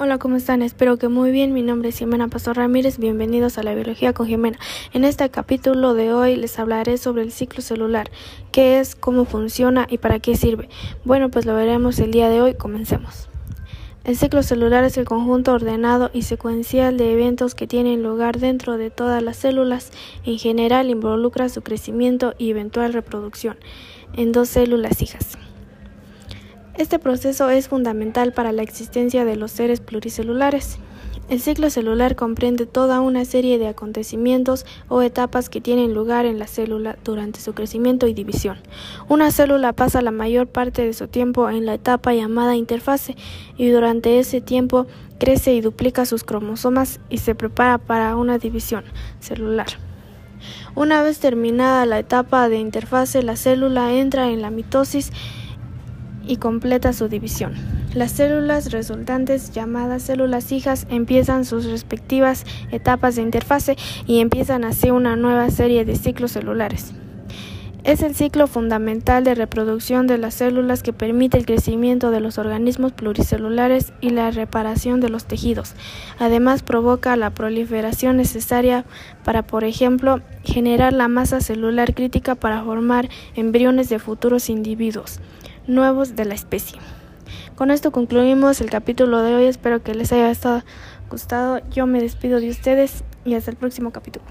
Hola, ¿cómo están? Espero que muy bien. Mi nombre es Jimena Pastor Ramírez. Bienvenidos a la Biología con Jimena. En este capítulo de hoy les hablaré sobre el ciclo celular, qué es, cómo funciona y para qué sirve. Bueno, pues lo veremos el día de hoy. Comencemos. El ciclo celular es el conjunto ordenado y secuencial de eventos que tienen lugar dentro de todas las células. En general, involucra su crecimiento y eventual reproducción en dos células hijas. Este proceso es fundamental para la existencia de los seres pluricelulares. El ciclo celular comprende toda una serie de acontecimientos o etapas que tienen lugar en la célula durante su crecimiento y división. Una célula pasa la mayor parte de su tiempo en la etapa llamada interfase y durante ese tiempo crece y duplica sus cromosomas y se prepara para una división celular. Una vez terminada la etapa de interfase, la célula entra en la mitosis y completa su división. Las células resultantes, llamadas células hijas, empiezan sus respectivas etapas de interfase y empiezan así una nueva serie de ciclos celulares. Es el ciclo fundamental de reproducción de las células que permite el crecimiento de los organismos pluricelulares y la reparación de los tejidos. Además, provoca la proliferación necesaria para, por ejemplo, generar la masa celular crítica para formar embriones de futuros individuos nuevos de la especie. Con esto concluimos el capítulo de hoy. Espero que les haya gustado. Yo me despido de ustedes y hasta el próximo capítulo.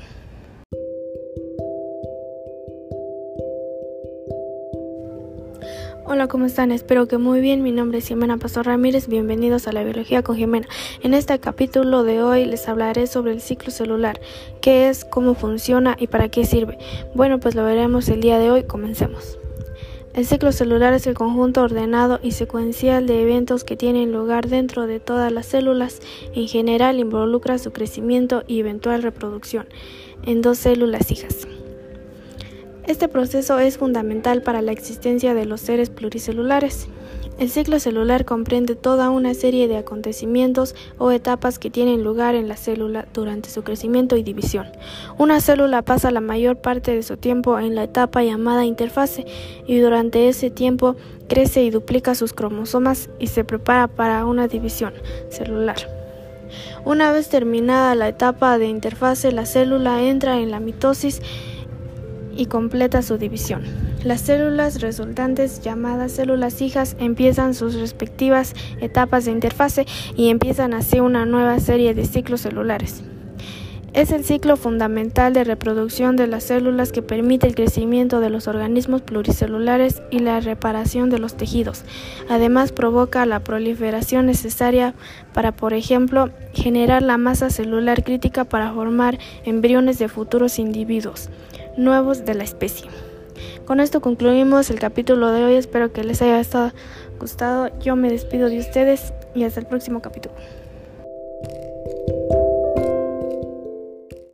Hola, ¿cómo están? Espero que muy bien. Mi nombre es Jimena Pastor Ramírez. Bienvenidos a la Biología con Jimena. En este capítulo de hoy les hablaré sobre el ciclo celular, qué es, cómo funciona y para qué sirve. Bueno, pues lo veremos el día de hoy. Comencemos. El ciclo celular es el conjunto ordenado y secuencial de eventos que tienen lugar dentro de todas las células. En general, involucra su crecimiento y eventual reproducción en dos células hijas. Este proceso es fundamental para la existencia de los seres pluricelulares. El ciclo celular comprende toda una serie de acontecimientos o etapas que tienen lugar en la célula durante su crecimiento y división. Una célula pasa la mayor parte de su tiempo en la etapa llamada interfase y durante ese tiempo crece y duplica sus cromosomas y se prepara para una división celular. Una vez terminada la etapa de interfase, la célula entra en la mitosis y completa su división. Las células resultantes, llamadas células hijas, empiezan sus respectivas etapas de interfase y empiezan así una nueva serie de ciclos celulares. Es el ciclo fundamental de reproducción de las células que permite el crecimiento de los organismos pluricelulares y la reparación de los tejidos. Además, provoca la proliferación necesaria para, por ejemplo, generar la masa celular crítica para formar embriones de futuros individuos nuevos de la especie. Con esto concluimos el capítulo de hoy. Espero que les haya gustado. Yo me despido de ustedes y hasta el próximo capítulo.